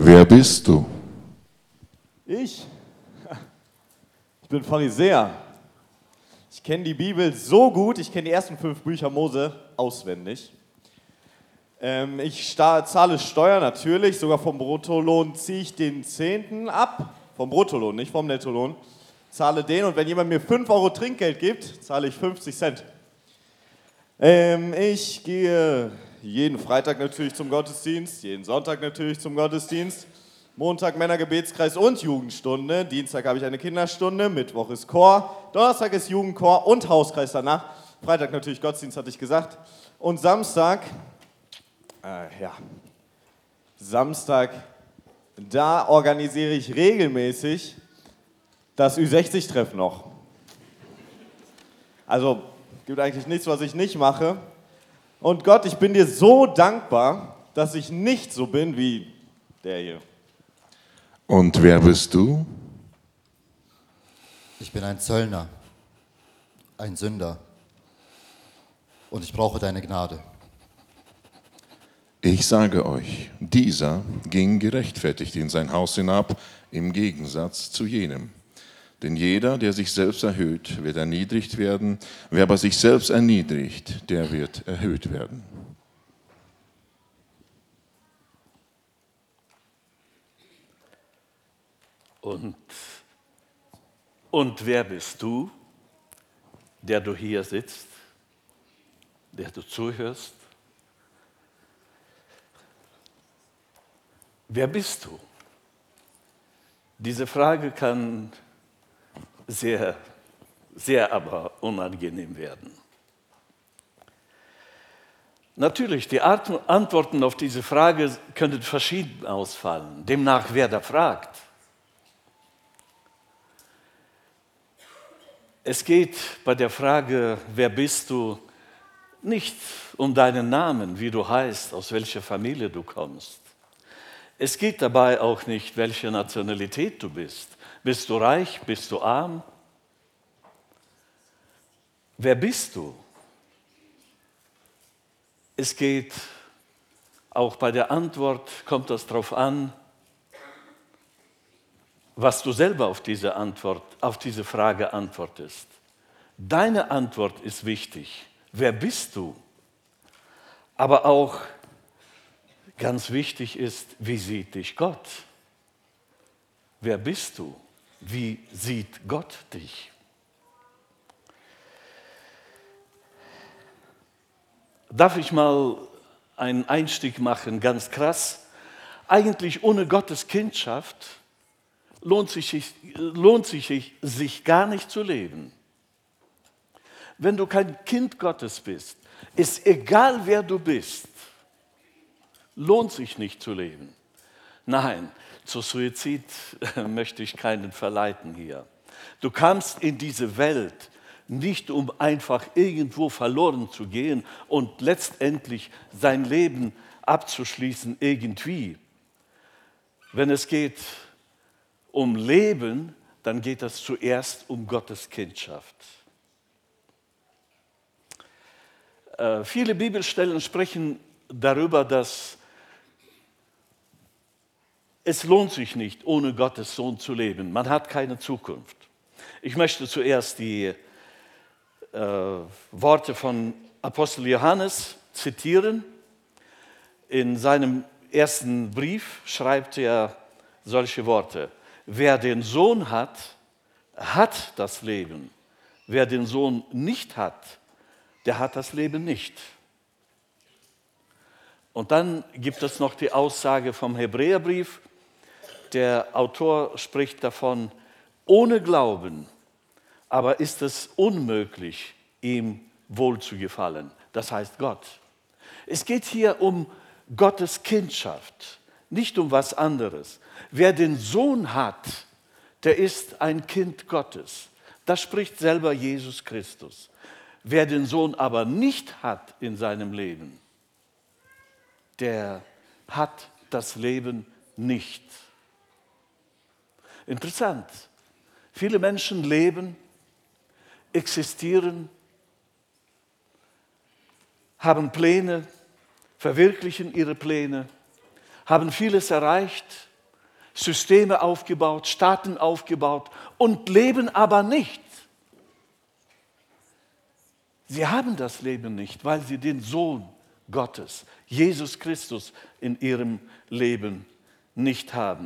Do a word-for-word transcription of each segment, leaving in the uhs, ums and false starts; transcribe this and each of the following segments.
Wer bist du? Ich? Ich bin Pharisäer. Ich kenne die Bibel so gut, ich kenne die ersten fünf Bücher Mose auswendig. Ähm, ich sta- zahle Steuer natürlich, sogar vom Bruttolohn ziehe ich den Zehnten ab. Vom Bruttolohn, nicht vom Nettolohn. Zahle den und wenn jemand mir fünf Euro Trinkgeld gibt, zahle ich fünfzig Cent. Ähm, ich gehe jeden Freitag natürlich zum Gottesdienst, jeden Sonntag natürlich zum Gottesdienst. Montag Männergebetskreis und Jugendstunde. Dienstag habe ich eine Kinderstunde. Mittwoch ist Chor. Donnerstag ist Jugendchor und Hauskreis danach. Freitag natürlich Gottesdienst, hatte ich gesagt. Und Samstag, äh, ja, Samstag, da organisiere ich regelmäßig das Ü sechzig Treffen noch. Also, gibt eigentlich nichts, was ich nicht mache. Und Gott, ich bin dir so dankbar, dass ich nicht so bin wie der hier. Und wer bist du? Ich bin ein Zöllner, ein Sünder und ich brauche deine Gnade. Ich sage euch, dieser ging gerechtfertigt in sein Haus hinab, im Gegensatz zu jenem. Denn jeder, der sich selbst erhöht, wird erniedrigt werden. Wer aber sich selbst erniedrigt, der wird erhöht werden. Und, und wer bist du, der du hier sitzt, der du zuhörst? Wer bist du? Diese Frage kann sehr, sehr aber unangenehm werden. Natürlich, die Art- Antworten auf diese Frage können verschieden ausfallen, demnach wer da fragt. Es geht bei der Frage, wer bist du, nicht um deinen Namen, wie du heißt, aus welcher Familie du kommst. Es geht dabei auch nicht, welche Nationalität du bist. Bist du reich, bist du arm? Wer bist du? Es geht auch bei der Antwort, kommt das darauf an, was du selber auf diese Antwort, auf diese Frage antwortest. Deine Antwort ist wichtig. Wer bist du? Aber auch ganz wichtig ist, wie sieht dich Gott? Wer bist du? Wie sieht Gott dich? Darf ich mal einen Einstieg machen, ganz krass? Eigentlich ohne Gottes Kindschaft lohnt sich, lohnt sich, sich gar nicht zu leben. Wenn du kein Kind Gottes bist, ist egal, wer du bist, lohnt sich nicht zu leben. Nein, zu Suizid möchte ich keinen verleiten hier. Du kamst in diese Welt nicht, um einfach irgendwo verloren zu gehen und letztendlich sein Leben abzuschließen irgendwie. Wenn es geht um Leben, dann geht es zuerst um Gottes Kindschaft. Äh, viele Bibelstellen sprechen darüber, dass es lohnt sich nicht, ohne Gottes Sohn zu leben. Man hat keine Zukunft. Ich möchte zuerst die äh, Worte von Apostel Johannes zitieren. In seinem ersten Brief schreibt er solche Worte. Wer den Sohn hat, hat das Leben. Wer den Sohn nicht hat, der hat das Leben nicht. Und dann gibt es noch die Aussage vom Hebräerbrief. Der Autor spricht davon, ohne Glauben aber ist es unmöglich, ihm wohlzugefallen. Das heißt Gott. Es geht hier um Gottes Kindschaft, nicht um was anderes. Wer den Sohn hat, der ist ein Kind Gottes. Das spricht selber Jesus Christus. Wer den Sohn aber nicht hat in seinem Leben, der hat das Leben nicht. Interessant. Viele Menschen leben, existieren, haben Pläne, verwirklichen ihre Pläne, haben vieles erreicht, Systeme aufgebaut, Staaten aufgebaut und leben aber nicht. Sie haben das Leben nicht, weil sie den Sohn Gottes, Jesus Christus, in ihrem Leben nicht haben.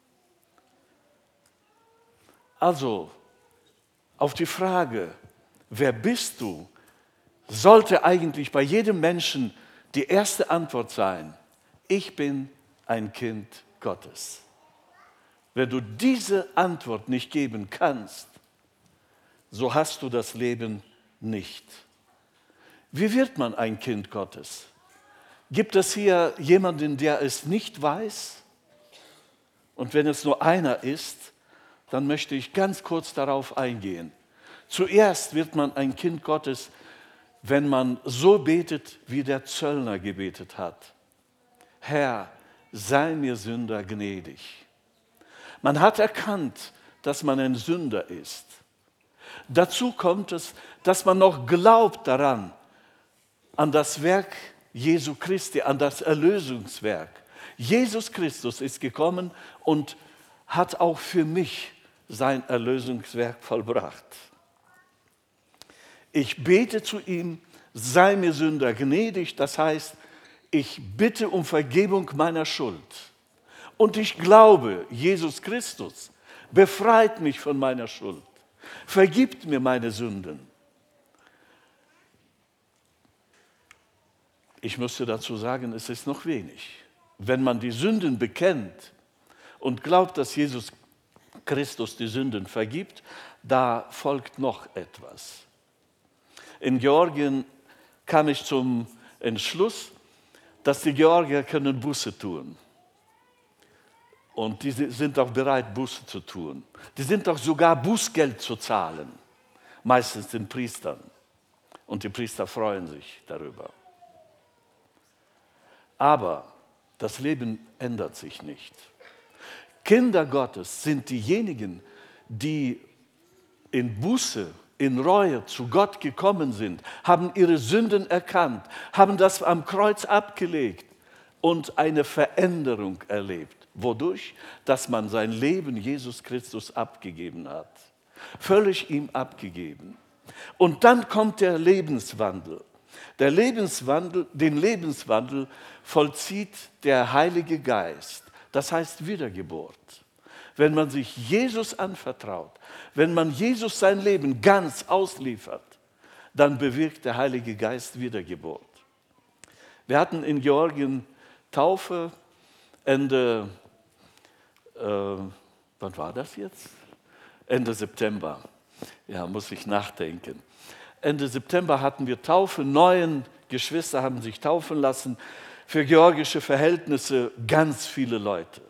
Also, auf die Frage, wer bist du, sollte eigentlich bei jedem Menschen die erste Antwort sein: Ich bin ein Kind Gottes. Wenn du diese Antwort nicht geben kannst, so hast du das Leben nicht. Wie wird man ein Kind Gottes? Gibt es hier jemanden, der es nicht weiß? Und wenn es nur einer ist, dann möchte ich ganz kurz darauf eingehen. Zuerst wird man ein Kind Gottes, wenn man so betet, wie der Zöllner gebetet hat. Herr, sei mir Sünder gnädig. Man hat erkannt, dass man ein Sünder ist. Dazu kommt es, dass man noch glaubt daran, an das Werk Jesu Christi, an das Erlösungswerk. Jesus Christus ist gekommen und hat auch für mich sein Erlösungswerk vollbracht. Ich bete zu ihm, sei mir Sünder gnädig, das heißt, ich bitte um Vergebung meiner Schuld. Und ich glaube, Jesus Christus befreit mich von meiner Schuld, vergibt mir meine Sünden. Ich müsste dazu sagen, es ist noch wenig. Wenn man die Sünden bekennt und glaubt, dass Jesus Christus die Sünden vergibt, da folgt noch etwas. In Georgien kam ich zum Entschluss, dass die Georgier können Buße tun. Und die sind auch bereit, Buße zu tun. Die sind auch sogar Bußgeld zu zahlen, meistens den Priestern. Und die Priester freuen sich darüber. Aber das Leben ändert sich nicht. Kinder Gottes sind diejenigen, die in Buße, in Reue zu Gott gekommen sind, haben ihre Sünden erkannt, haben das am Kreuz abgelegt und eine Veränderung erlebt. Wodurch? Dass man sein Leben Jesus Christus abgegeben hat. Völlig ihm abgegeben. Und dann kommt der Lebenswandel. Der Lebenswandel, den Lebenswandel vollzieht der Heilige Geist. Das heißt Wiedergeburt. Wenn man sich Jesus anvertraut, wenn man Jesus sein Leben ganz ausliefert, dann bewirkt der Heilige Geist Wiedergeburt. Wir hatten in Georgien Taufe Ende, äh, wann war das jetzt? Ende September. Ja, muss ich nachdenken. Ende September hatten wir Taufe, neun Geschwister haben sich taufen lassen. Für georgische Verhältnisse ganz viele Leute.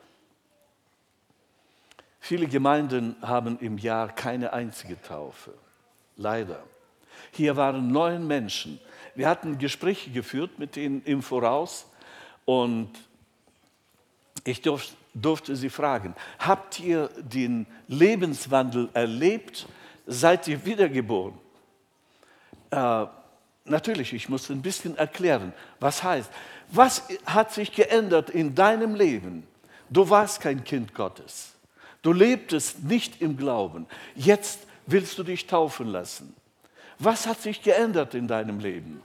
Viele Gemeinden haben im Jahr keine einzige Taufe. Leider. Hier waren neun Menschen. Wir hatten Gespräche geführt mit denen im Voraus und ich durf, durfte sie fragen, habt ihr den Lebenswandel erlebt? Seid ihr wiedergeboren? Äh, natürlich, ich muss ein bisschen erklären, was heißt. Was hat sich geändert in deinem Leben? Du warst kein Kind Gottes. Du lebtest nicht im Glauben. Jetzt willst du dich taufen lassen. Was hat sich geändert in deinem Leben?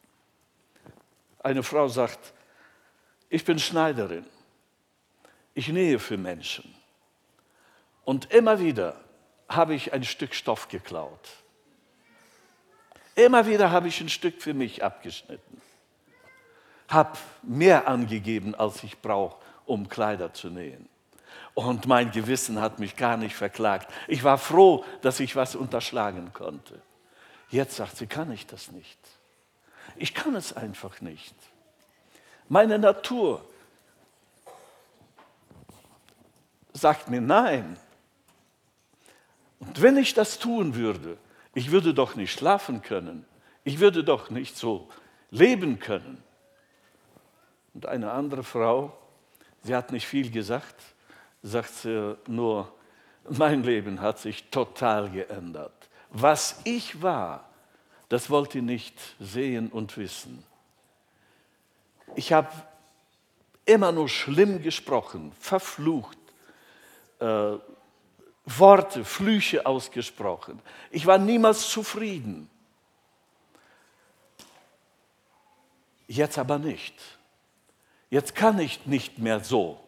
Eine Frau sagt, ich bin Schneiderin. Ich nähe für Menschen. Und immer wieder habe ich ein Stück Stoff geklaut. Immer wieder habe ich ein Stück für mich abgeschnitten. Habe mehr angegeben, als ich brauche, um Kleider zu nähen. Und mein Gewissen hat mich gar nicht verklagt. Ich war froh, dass ich was unterschlagen konnte. Jetzt sagt sie, kann ich das nicht. Ich kann es einfach nicht. Meine Natur sagt mir nein. Und wenn ich das tun würde, ich würde doch nicht schlafen können. Ich würde doch nicht so leben können. Und eine andere Frau, sie hat nicht viel gesagt, sagt sie nur, mein Leben hat sich total geändert. Was ich war, das wollte ich nicht sehen und wissen. Ich habe immer nur schlimm gesprochen, verflucht, äh, Worte, Flüche ausgesprochen. Ich war niemals zufrieden. Jetzt aber nicht. Jetzt kann ich nicht mehr so.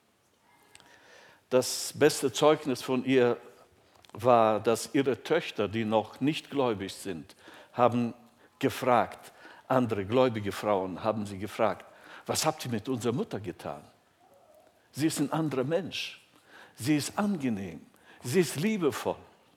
Das beste Zeugnis von ihr war, dass ihre Töchter, die noch nicht gläubig sind, haben gefragt, andere gläubige Frauen haben sie gefragt, was habt ihr mit unserer Mutter getan? Sie ist ein anderer Mensch. Sie ist angenehm. Sie ist liebevoll.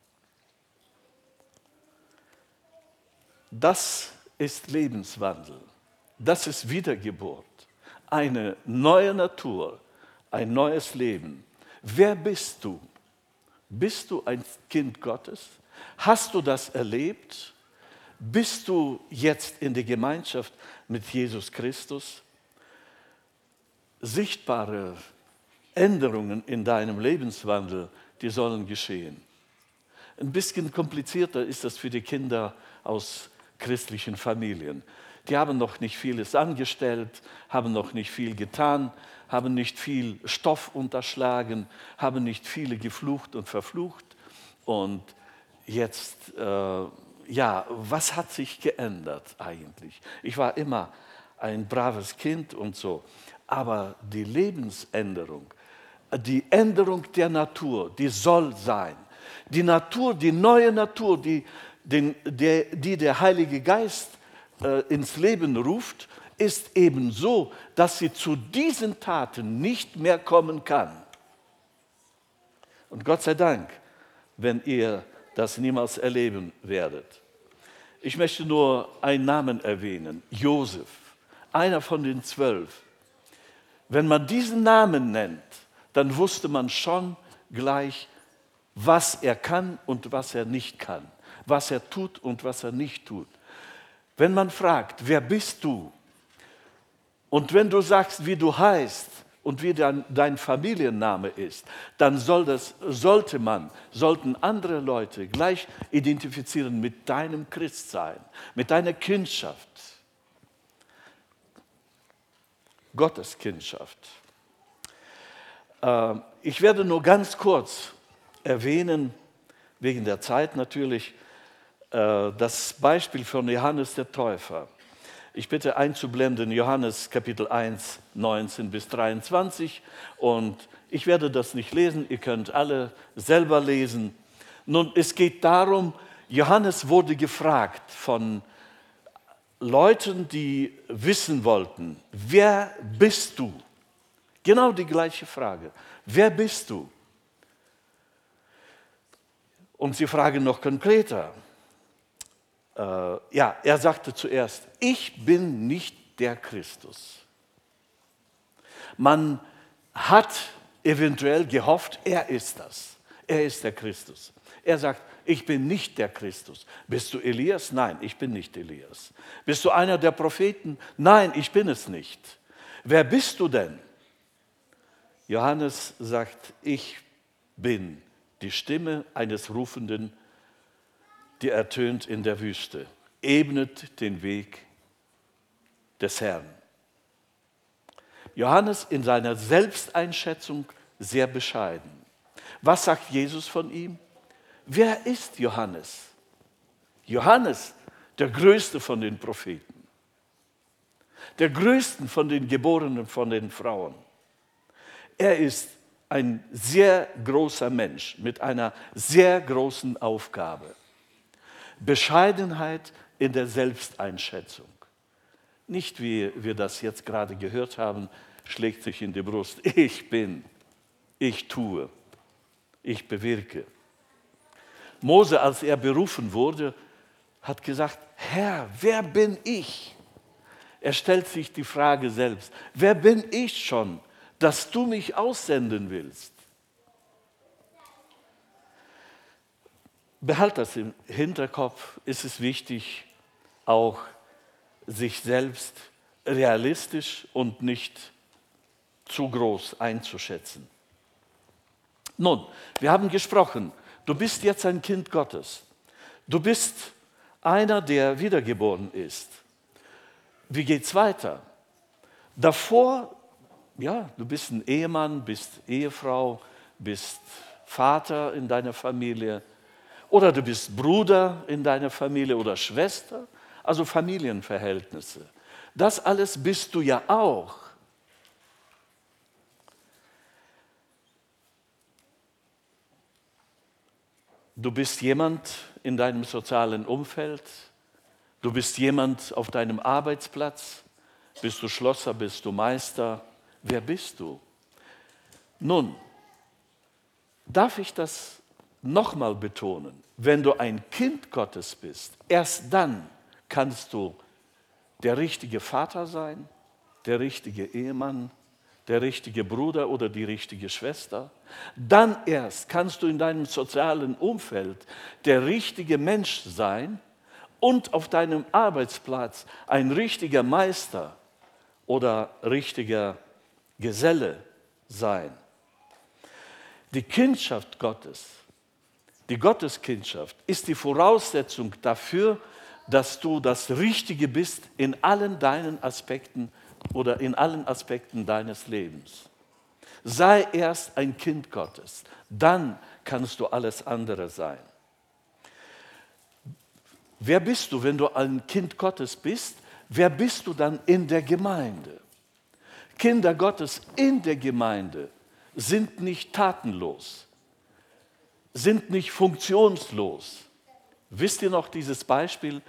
Das ist Lebenswandel. Das ist Wiedergeburt. Eine neue Natur, ein neues Leben. Wer bist du? Bist du ein Kind Gottes? Hast du das erlebt? Bist du jetzt in der Gemeinschaft mit Jesus Christus? Sichtbare Änderungen in deinem Lebenswandel, die sollen geschehen. Ein bisschen komplizierter ist das für die Kinder aus christlichen Familien. Die haben noch nicht vieles angestellt, haben noch nicht viel getan, haben nicht viel Stoff unterschlagen, haben nicht viele geflucht und verflucht. Und jetzt, äh, ja, was hat sich geändert eigentlich? Ich war immer ein braves Kind und so, aber die Lebensänderung, die Änderung der Natur, die soll sein. Die Natur, die neue Natur, die, den, der, die der Heilige Geist äh, ins Leben ruft, ist eben so, dass sie zu diesen Taten nicht mehr kommen kann. Und Gott sei Dank, wenn ihr das niemals erleben werdet. Ich möchte nur einen Namen erwähnen, Josef, einer von den zwölf. Wenn man diesen Namen nennt, dann wusste man schon gleich, was er kann und was er nicht kann, was er tut und was er nicht tut. Wenn man fragt, wer bist du? Und wenn du sagst, wie du heißt und wie dein, dein Familienname ist, dann soll das, sollte man, sollten andere Leute gleich identifizieren mit deinem Christsein, mit deiner Kindschaft. Gottes Kindschaft. Äh, ich werde nur ganz kurz erwähnen, wegen der Zeit natürlich, äh, das Beispiel von Johannes der Täufer. Ich bitte einzublenden, Johannes Kapitel eins, neunzehn bis dreiundzwanzig. Und ich werde das nicht lesen, ihr könnt alle selber lesen. Nun, es geht darum, Johannes wurde gefragt von Leuten, die wissen wollten, wer bist du? Genau die gleiche Frage. Wer bist du? Und sie fragen noch konkreter. Äh, ja, er sagte zuerst, ich bin nicht der Christus. Man hat eventuell gehofft, er ist das. Er ist der Christus. Er sagt, ich bin nicht der Christus. Bist du Elias? Nein, ich bin nicht Elias. Bist du einer der Propheten? Nein, ich bin es nicht. Wer bist du denn? Johannes sagt, ich bin die Stimme eines Rufenden, die ertönt in der Wüste. Ebnet den Weg des Herrn. Johannes in seiner Selbsteinschätzung sehr bescheiden. Was sagt Jesus von ihm? Wer ist Johannes? Johannes, der größte von den Propheten. Der größte von den Geborenen von den Frauen. Er ist ein sehr großer Mensch mit einer sehr großen Aufgabe. Bescheidenheit in der Selbsteinschätzung. Nicht, wie wir das jetzt gerade gehört haben, schlägt sich in die Brust. Ich bin, ich tue, ich bewirke. Mose, als er berufen wurde, hat gesagt, Herr, wer bin ich? Er stellt sich die Frage selbst, wer bin ich schon, dass du mich aussenden willst? Behalt das im Hinterkopf, ist es wichtig, auch sich selbst realistisch und nicht zu groß einzuschätzen. Nun, wir haben gesprochen, du bist jetzt ein Kind Gottes. Du bist einer, der wiedergeboren ist. Wie geht's weiter? Davor, ja, du bist ein Ehemann, bist Ehefrau, bist Vater in deiner Familie oder du bist Bruder in deiner Familie oder Schwester, also Familienverhältnisse. Das alles bist du ja auch. Du bist jemand in deinem sozialen Umfeld, du bist jemand auf deinem Arbeitsplatz, bist du Schlosser, bist du Meister, wer bist du? Nun, darf ich das nochmal betonen, wenn du ein Kind Gottes bist, erst dann kannst du der richtige Vater sein, der richtige Ehemann, der richtige Bruder oder die richtige Schwester. Dann erst kannst du in deinem sozialen Umfeld der richtige Mensch sein und auf deinem Arbeitsplatz ein richtiger Meister oder richtiger Geselle sein. Die Kindschaft Gottes, die Gotteskindschaft, ist die Voraussetzung dafür, dass du das Richtige bist in allen deinen Aspekten oder in allen Aspekten deines Lebens. Sei erst ein Kind Gottes, dann kannst du alles andere sein. Wer bist du, wenn du ein Kind Gottes bist? Wer bist du dann in der Gemeinde? Kinder Gottes in der Gemeinde sind nicht tatenlos, sind nicht funktionslos. Wisst ihr noch dieses Beispiel?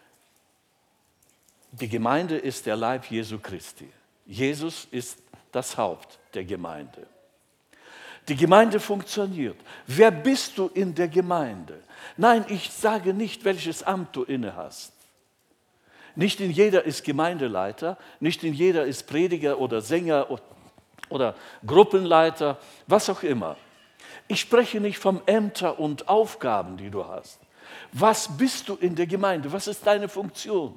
Die Gemeinde ist der Leib Jesu Christi. Jesus ist das Haupt der Gemeinde. Die Gemeinde funktioniert. Wer bist du in der Gemeinde? Nein, ich sage nicht, welches Amt du inne hast. Nicht in jeder ist Gemeindeleiter, nicht in jeder ist Prediger oder Sänger oder Gruppenleiter, was auch immer. Ich spreche nicht von Ämtern und Aufgaben, die du hast. Was bist du in der Gemeinde? Was ist deine Funktion?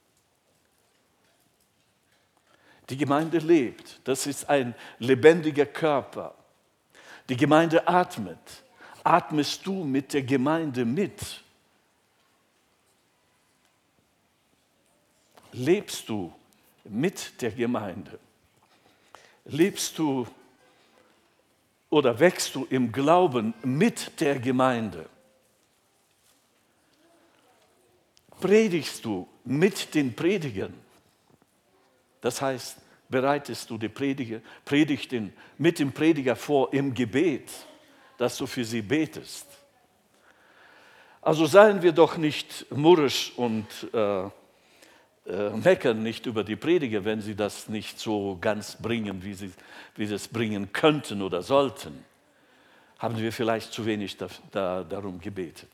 Die Gemeinde lebt. Das ist ein lebendiger Körper. Die Gemeinde atmet. Atmest du mit der Gemeinde mit? Lebst du mit der Gemeinde? Lebst du oder wächst du im Glauben mit der Gemeinde? Predigst du mit den Predigern? Das heißt, bereitest du die Prediger, Predigten mit dem Prediger vor im Gebet, dass du für sie betest. Also seien wir doch nicht murrisch und äh, äh, meckern nicht über die Prediger, wenn sie das nicht so ganz bringen, wie sie, wie sie es bringen könnten oder sollten. Haben wir vielleicht zu wenig da, da, darum gebetet.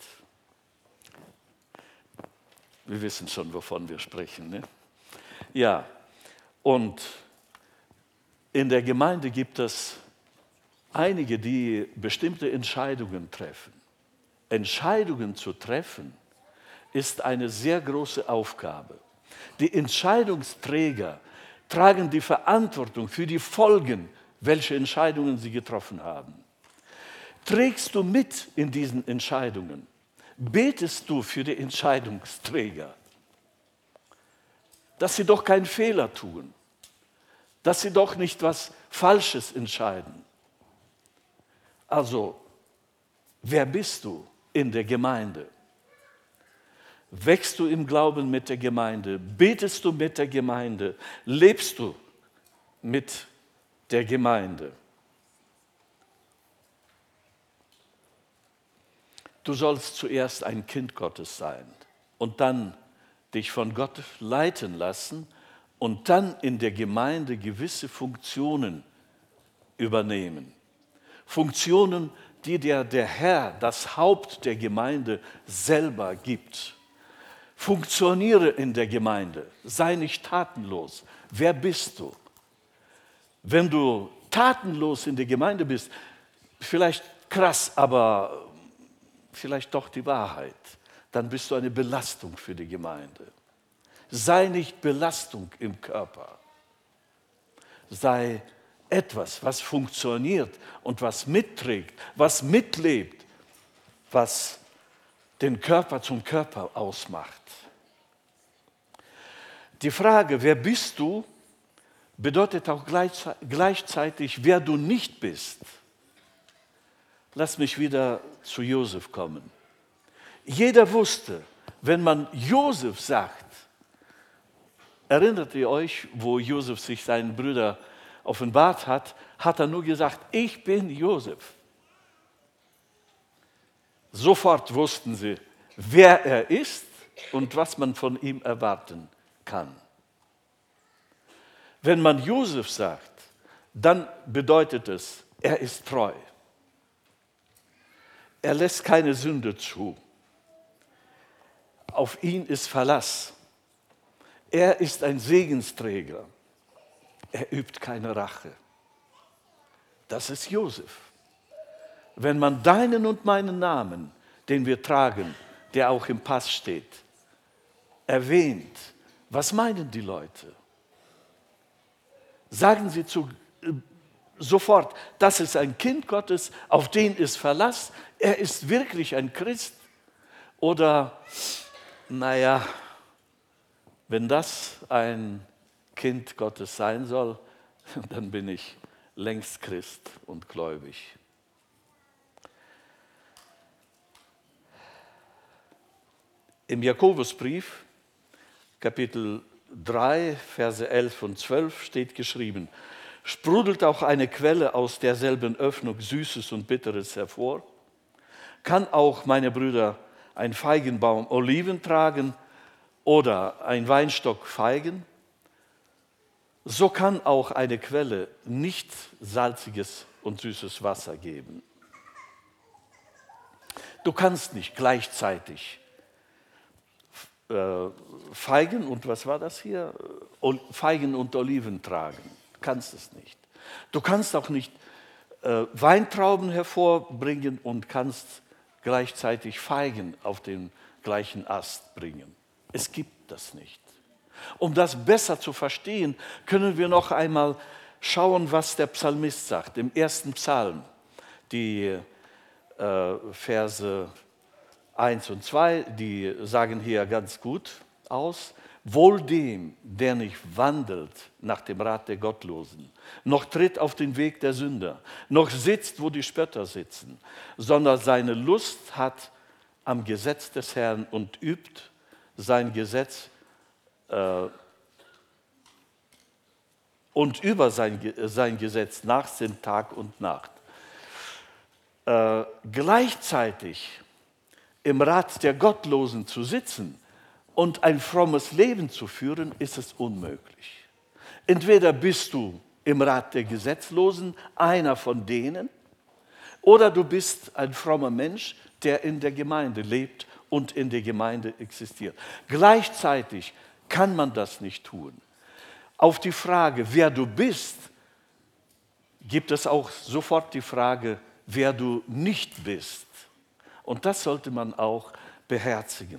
Wir wissen schon, wovon wir sprechen. Ne? Ja, und in der Gemeinde gibt es einige, die bestimmte Entscheidungen treffen. Entscheidungen zu treffen, ist eine sehr große Aufgabe. Die Entscheidungsträger tragen die Verantwortung für die Folgen, welche Entscheidungen sie getroffen haben. Trägst du mit in diesen Entscheidungen? Betest du für die Entscheidungsträger, dass sie doch keinen Fehler tun, dass sie doch nicht was Falsches entscheiden? Also, wer bist du in der Gemeinde? Wächst du im Glauben mit der Gemeinde? Betest du mit der Gemeinde? Lebst du mit der Gemeinde? Du sollst zuerst ein Kind Gottes sein und dann dich von Gott leiten lassen und dann in der Gemeinde gewisse Funktionen übernehmen. Funktionen, die dir der Herr, das Haupt der Gemeinde, selber gibt. Funktioniere in der Gemeinde, sei nicht tatenlos. Wer bist du? Wenn du tatenlos in der Gemeinde bist, vielleicht krass, aber vielleicht doch die Wahrheit, dann bist du eine Belastung für die Gemeinde. Sei nicht Belastung im Körper. Sei etwas, was funktioniert und was mitträgt, was mitlebt, was den Körper zum Körper ausmacht. Die Frage, wer bist du, bedeutet auch gleichzeitig, wer du nicht bist. lass mich wieder zu Josef kommen. Jeder wusste, wenn man Josef sagt, erinnert ihr euch, wo Josef sich seinen Brüdern offenbart hat, hat er nur gesagt, ich bin Josef. Sofort wussten sie, wer er ist und was man von ihm erwarten kann. Wenn man Josef sagt, dann bedeutet es, er ist treu. Er lässt keine Sünde zu. Auf ihn ist Verlass. Er ist ein Segensträger. Er übt keine Rache. Das ist Josef. Wenn man deinen und meinen Namen, den wir tragen, der auch im Pass steht, erwähnt, was meinen die Leute? Sagen sie zu, äh, sofort, das ist ein Kind Gottes, auf den ist Verlass, er ist wirklich ein Christ? Oder, naja, wenn das ein Kind Gottes sein soll, dann bin ich längst Christ und gläubig. Im Jakobusbrief, Kapitel drei, Verse elf und zwölf steht geschrieben, sprudelt auch eine Quelle aus derselben Öffnung Süßes und Bitteres hervor? Kann auch, meine Brüder, ein Feigenbaum Oliven tragen oder ein Weinstock Feigen? So kann auch eine Quelle nicht salziges und süßes Wasser geben. Du kannst nicht gleichzeitig äh, Feigen und was war das hier? Feigen und Oliven tragen. Du kannst es nicht. Du kannst auch nicht äh, Weintrauben hervorbringen und kannst gleichzeitig Feigen auf den gleichen Ast bringen. Es gibt das nicht. Um das besser zu verstehen, können wir noch einmal schauen, was der Psalmist sagt. Im ersten Psalm, die äh, Verse eins und zwei, die sagen hier ganz gut aus. Wohl dem, der nicht wandelt nach dem Rat der Gottlosen, noch tritt auf den Weg der Sünder, noch sitzt, wo die Spötter sitzen, sondern seine Lust hat am Gesetz des Herrn und übt sein Gesetz äh, und über sein, sein Gesetz nachsinnt Tag und Nacht. Äh, gleichzeitig im Rat der Gottlosen zu sitzen und ein frommes Leben zu führen, ist es unmöglich. Entweder bist du im Rat der Gesetzlosen einer von denen, oder du bist ein frommer Mensch, der in der Gemeinde lebt und in der Gemeinde existiert. Gleichzeitig kann man das nicht tun. Auf die Frage, wer du bist, gibt es auch sofort die Frage, wer du nicht bist. Und das sollte man auch beherzigen.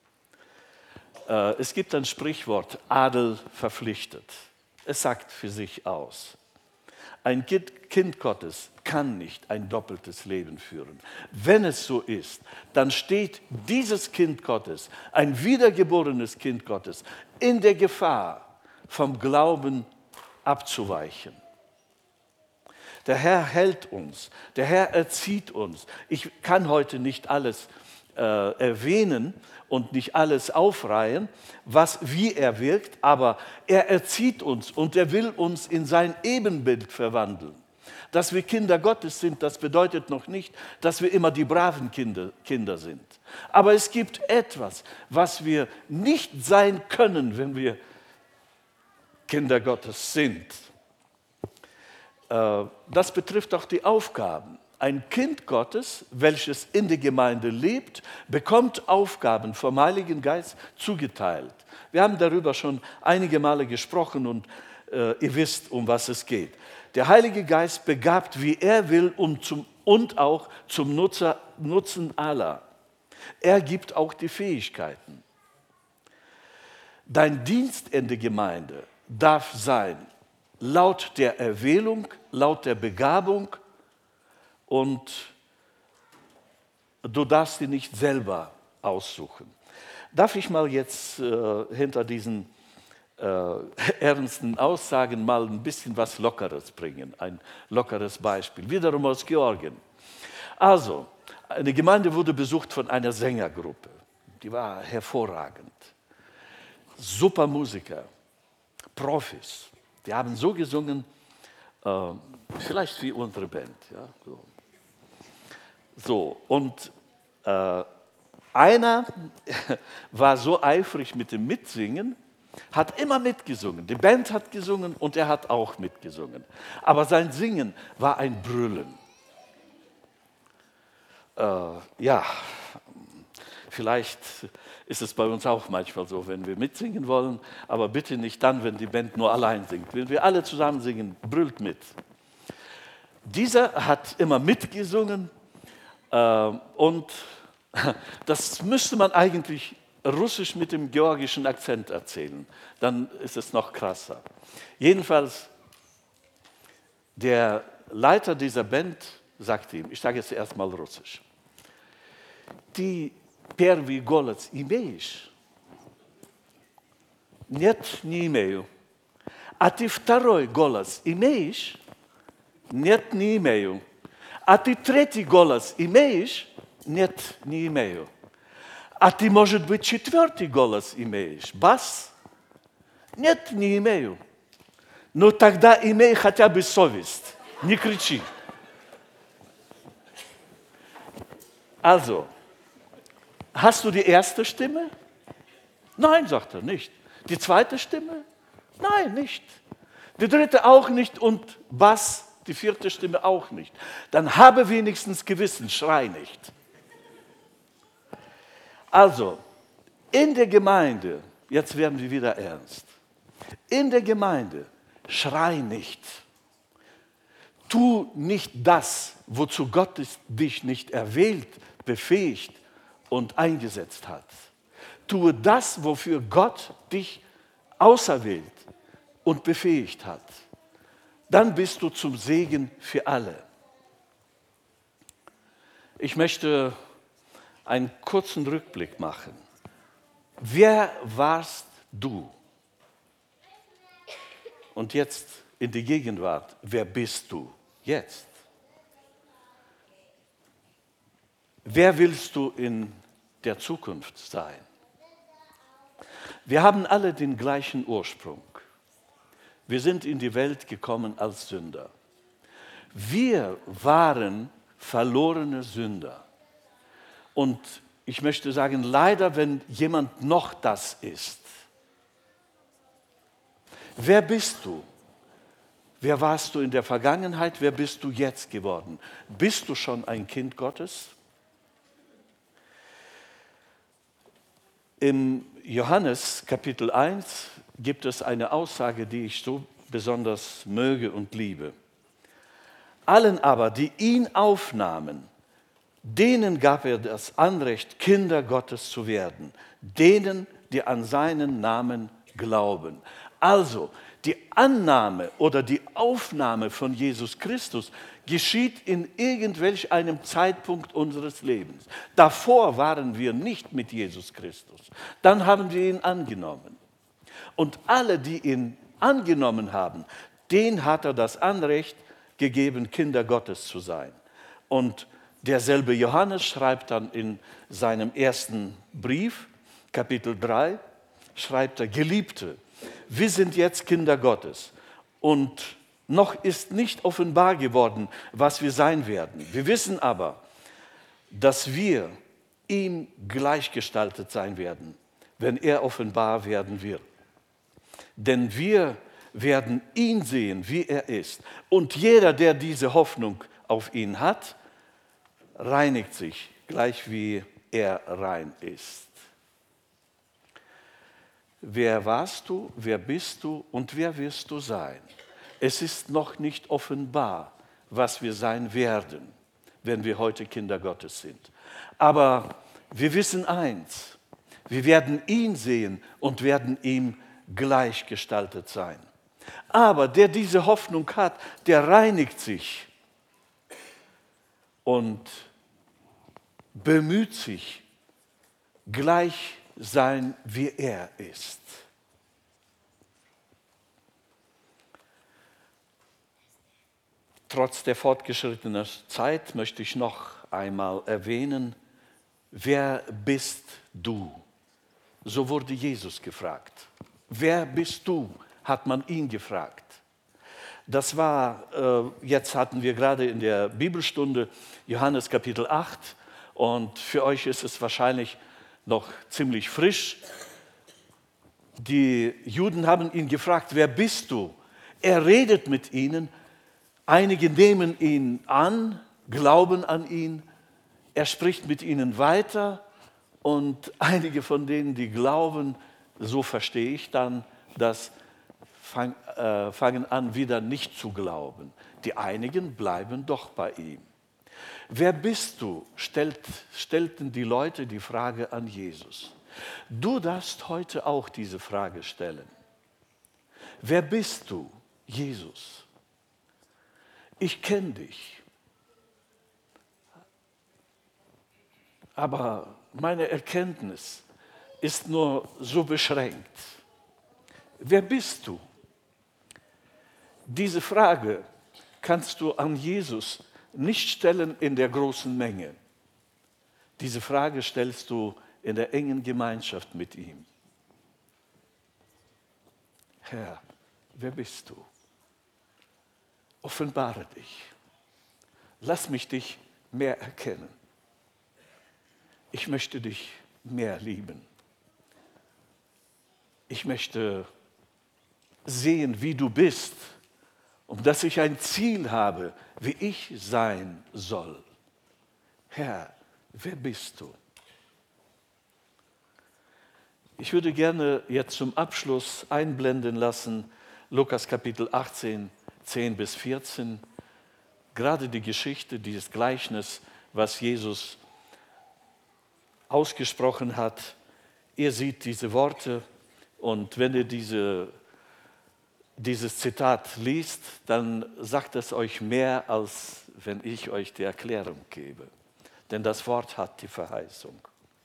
Es gibt ein Sprichwort, Adel verpflichtet. Es sagt für sich aus. Ein Kind Gottes kann nicht ein doppeltes Leben führen. Wenn es so ist, dann steht dieses Kind Gottes, ein wiedergeborenes Kind Gottes, in der Gefahr, vom Glauben abzuweichen. Der Herr hält uns, der Herr erzieht uns. Ich kann heute nicht alles äh, erwähnen und nicht alles aufreihen, was, wie er wirkt, aber er erzieht uns und er will uns in sein Ebenbild verwandeln. Dass wir Kinder Gottes sind, das bedeutet noch nicht, dass wir immer die braven Kinder, Kinder sind. Aber es gibt etwas, was wir nicht sein können, wenn wir Kinder Gottes sind. Das betrifft auch die Aufgaben. Ein Kind Gottes, welches in der Gemeinde lebt, bekommt Aufgaben vom Heiligen Geist zugeteilt. Wir haben darüber schon einige Male gesprochen und äh, ihr wisst, um was es geht. Der Heilige Geist begabt, wie er will, um zum, und auch zum Nutzer, Nutzen aller. Er gibt auch die Fähigkeiten. Dein Dienst in der Gemeinde darf sein, laut der Erwählung, laut der Begabung, und du darfst sie nicht selber aussuchen. Darf ich mal jetzt äh, hinter diesen äh, ernsten Aussagen mal ein bisschen was Lockeres bringen, ein lockeres Beispiel, wiederum aus Georgien. Also, eine Gemeinde wurde besucht von einer Sängergruppe. Die war hervorragend. Super Musiker, Profis. Die haben so gesungen, äh, vielleicht wie unsere Band. Ja, so. so, und äh, einer war so eifrig mit dem Mitsingen, hat immer mitgesungen. Die Band hat gesungen und er hat auch mitgesungen. Aber sein Singen war ein Brüllen. Äh, ja, vielleicht ist es bei uns auch manchmal so, wenn wir mitsingen wollen, aber bitte nicht dann, wenn die Band nur allein singt. Wenn wir alle zusammen singen, brüllt mit. Dieser hat immer mitgesungen äh, und das müsste man eigentlich Russisch mit dem georgischen Akzent erzählen. Dann ist es noch krasser. Jedenfalls, der Leiter dieser Band sagte ihm, ich sage jetzt erstmal Russisch, «Ты первый голос имеешь?» «Нет, не имею». «А ты второй голос имеешь?» «Нет, не имею». «А ты третий голос имеешь?» «Нет, не имею». «А ты, может быть, четвертый голос имеешь? Бас?» «Нет, не имею». «Ну тогда имей хотя бы совесть, не кричи». Also, hast du die erste Stimme? Nein, sagt er, nicht. Die zweite Stimme? Nein, nicht. Die dritte auch nicht und Bass, die vierte Stimme auch nicht. Dann habe wenigstens Gewissen, schrei nicht. Also, in der Gemeinde, jetzt werden wir wieder ernst, in der Gemeinde schrei nicht. Tu nicht das, wozu Gott dich nicht erwählt, befähigt und eingesetzt hat. Tue das, wofür Gott dich auserwählt und befähigt hat. Dann bist du zum Segen für alle. Ich möchte einen kurzen Rückblick machen. Wer warst du? Und jetzt in die Gegenwart, wer bist du jetzt? Wer willst du in der Zukunft sein? Wir haben alle den gleichen Ursprung. Wir sind in die Welt gekommen als Sünder. Wir waren verlorene Sünder. Und ich möchte sagen, leider, wenn jemand noch das ist. Wer bist du? Wer warst du in der Vergangenheit? Wer bist du jetzt geworden? Bist du schon ein Kind Gottes? Im Johannes Kapitel eins gibt es eine Aussage, die ich so besonders möge und liebe. Allen aber, die ihn aufnahmen, denen gab er das Anrecht, Kinder Gottes zu werden, denen, die an seinen Namen glauben. Also, die Annahme oder die Aufnahme von Jesus Christus geschieht in irgendwelch einem Zeitpunkt unseres Lebens. Davor waren wir nicht mit Jesus Christus. Dann haben wir ihn angenommen. Und alle, die ihn angenommen haben, denen hat er das Anrecht gegeben, Kinder Gottes zu sein. Und derselbe Johannes schreibt dann in seinem ersten Brief, Kapitel drei, schreibt er, Geliebte, wir sind jetzt Kinder Gottes und noch ist nicht offenbar geworden, was wir sein werden. Wir wissen aber, dass wir ihm gleichgestaltet sein werden, wenn er offenbar werden wird. Denn wir werden ihn sehen, wie er ist. Und jeder, der diese Hoffnung auf ihn hat, reinigt sich, gleich wie er rein ist. Wer warst du, wer bist du und wer wirst du sein? Es ist noch nicht offenbar, was wir sein werden, wenn wir heute Kinder Gottes sind. Aber wir wissen eins, wir werden ihn sehen und werden ihm gleichgestaltet sein. Aber der diese Hoffnung hat, der reinigt sich und bemüht sich, gleich sein, wie er ist. Trotz der fortgeschrittenen Zeit möchte ich noch einmal erwähnen, wer bist du? So wurde Jesus gefragt. Wer bist du? Hat man ihn gefragt. Das war, äh, jetzt hatten wir gerade in der Bibelstunde Johannes Kapitel acht und für euch ist es wahrscheinlich noch ziemlich frisch. Die Juden haben ihn gefragt, wer bist du? Er redet mit ihnen, einige nehmen ihn an, glauben an ihn, er spricht mit ihnen weiter und einige von denen, die glauben, so verstehe ich dann, dass fang, äh, fangen an, wieder nicht zu glauben. Die einigen bleiben doch bei ihm. Wer bist du? Stellt, stellten die Leute die Frage an Jesus. Du darfst heute auch diese Frage stellen. Wer bist du? Jesus. Ich kenne dich. Aber meine Erkenntnis ist nur so beschränkt. Wer bist du? Diese Frage kannst du an Jesus nicht stellen in der großen Menge. Diese Frage stellst du in der engen Gemeinschaft mit ihm. Herr, wer bist du? Offenbare dich. Lass mich dich mehr erkennen. Ich möchte dich mehr lieben. Ich möchte sehen, wie du bist, um dass ich ein Ziel habe, wie ich sein soll. Herr, wer bist du? Ich würde gerne jetzt zum Abschluss einblenden lassen, Lukas Kapitel achtzehn, zehn bis vierzehn, gerade die Geschichte, dieses Gleichnis, was Jesus ausgesprochen hat. Ihr seht diese Worte und wenn ihr diese, dieses Zitat liest, dann sagt es euch mehr, als wenn ich euch die Erklärung gebe. Denn das Wort hat die Verheißung.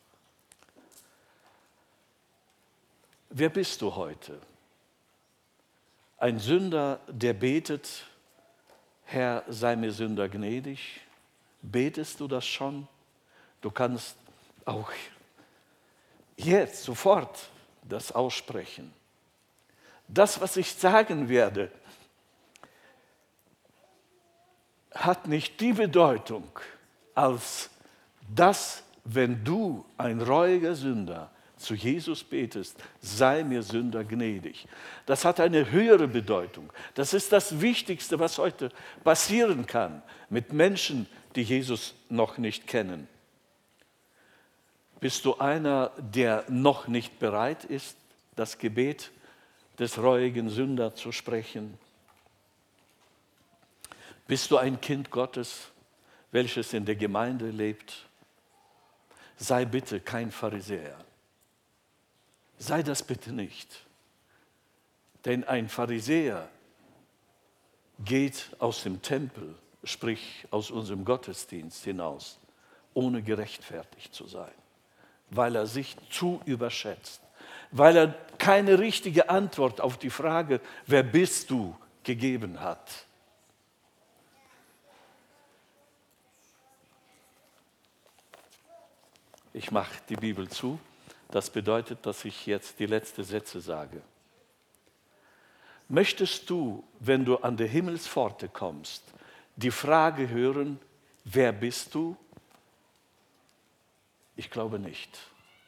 Wer bist du heute? Ein Sünder, der betet, Herr, sei mir Sünder gnädig. Betest du das schon? Du kannst auch jetzt, sofort das aussprechen. Das, was ich sagen werde, hat nicht die Bedeutung, als dass, wenn du, ein reuiger Sünder, zu Jesus betest, sei mir Sünder gnädig. Das hat eine höhere Bedeutung. Das ist das Wichtigste, was heute passieren kann mit Menschen, die Jesus noch nicht kennen. Bist du einer, der noch nicht bereit ist, das Gebet des reuigen Sünders zu sprechen? Bist du ein Kind Gottes, welches in der Gemeinde lebt? Sei bitte kein Pharisäer. Sei das bitte nicht. Denn ein Pharisäer geht aus dem Tempel, sprich aus unserem Gottesdienst hinaus, ohne gerechtfertigt zu sein, weil er sich zu überschätzt, weil er keine richtige Antwort auf die Frage, wer bist du, gegeben hat. Ich mache die Bibel zu. Das bedeutet, dass ich jetzt die letzten Sätze sage. Möchtest du, wenn du an der Himmelspforte kommst, die Frage hören, wer bist du? Ich glaube nicht.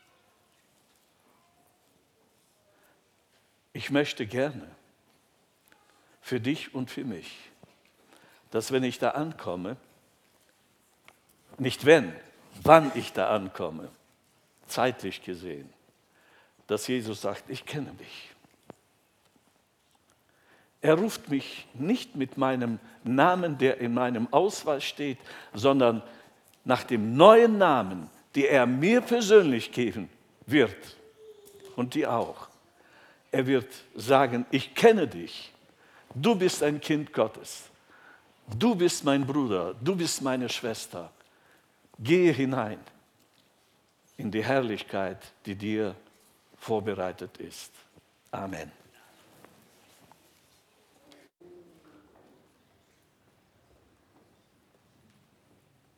Ich möchte gerne für dich und für mich, dass wenn ich da ankomme, nicht wenn, wann ich da ankomme, zeitlich gesehen, dass Jesus sagt, ich kenne dich. Er ruft mich nicht mit meinem Namen, der in meinem Ausweis steht, sondern nach dem neuen Namen, den er mir persönlich geben wird und die auch. Er wird sagen, ich kenne dich, du bist ein Kind Gottes, du bist mein Bruder, du bist meine Schwester, gehe hinein in die Herrlichkeit, die dir vorbereitet ist. Amen.